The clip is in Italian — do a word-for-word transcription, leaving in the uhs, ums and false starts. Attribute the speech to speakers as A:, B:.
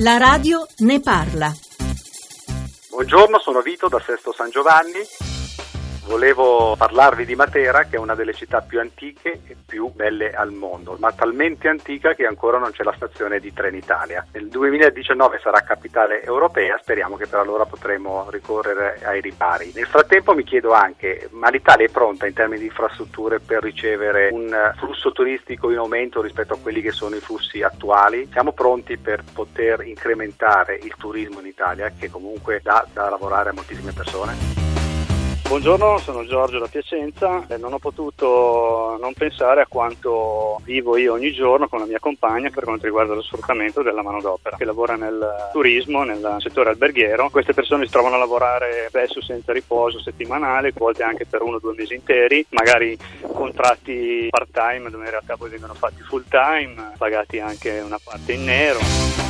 A: La radio ne parla.
B: Buongiorno, sono Vito da Sesto San Giovanni. Volevo parlarvi di Matera, che è una delle città più antiche e più belle al mondo, ma talmente antica che ancora non c'è la stazione di Trenitalia. Nel duemiladiciannove sarà capitale europea, speriamo che per allora potremo ricorrere ai ripari. Nel frattempo mi chiedo anche, ma l'Italia è pronta in termini di infrastrutture per ricevere un flusso turistico in aumento rispetto a quelli che sono i flussi attuali? Siamo pronti per poter incrementare il turismo in Italia, che comunque dà da lavorare a moltissime persone?
C: Buongiorno, sono Giorgio da Piacenza e non ho potuto non pensare a quanto vivo io ogni giorno con la mia compagna per quanto riguarda lo sfruttamento della manodopera che lavora nel turismo, nel settore alberghiero. Queste persone si trovano a lavorare spesso senza riposo settimanale, a volte anche per uno o due mesi interi, magari contratti part time dove in realtà poi vengono fatti full time, pagati anche una parte in nero.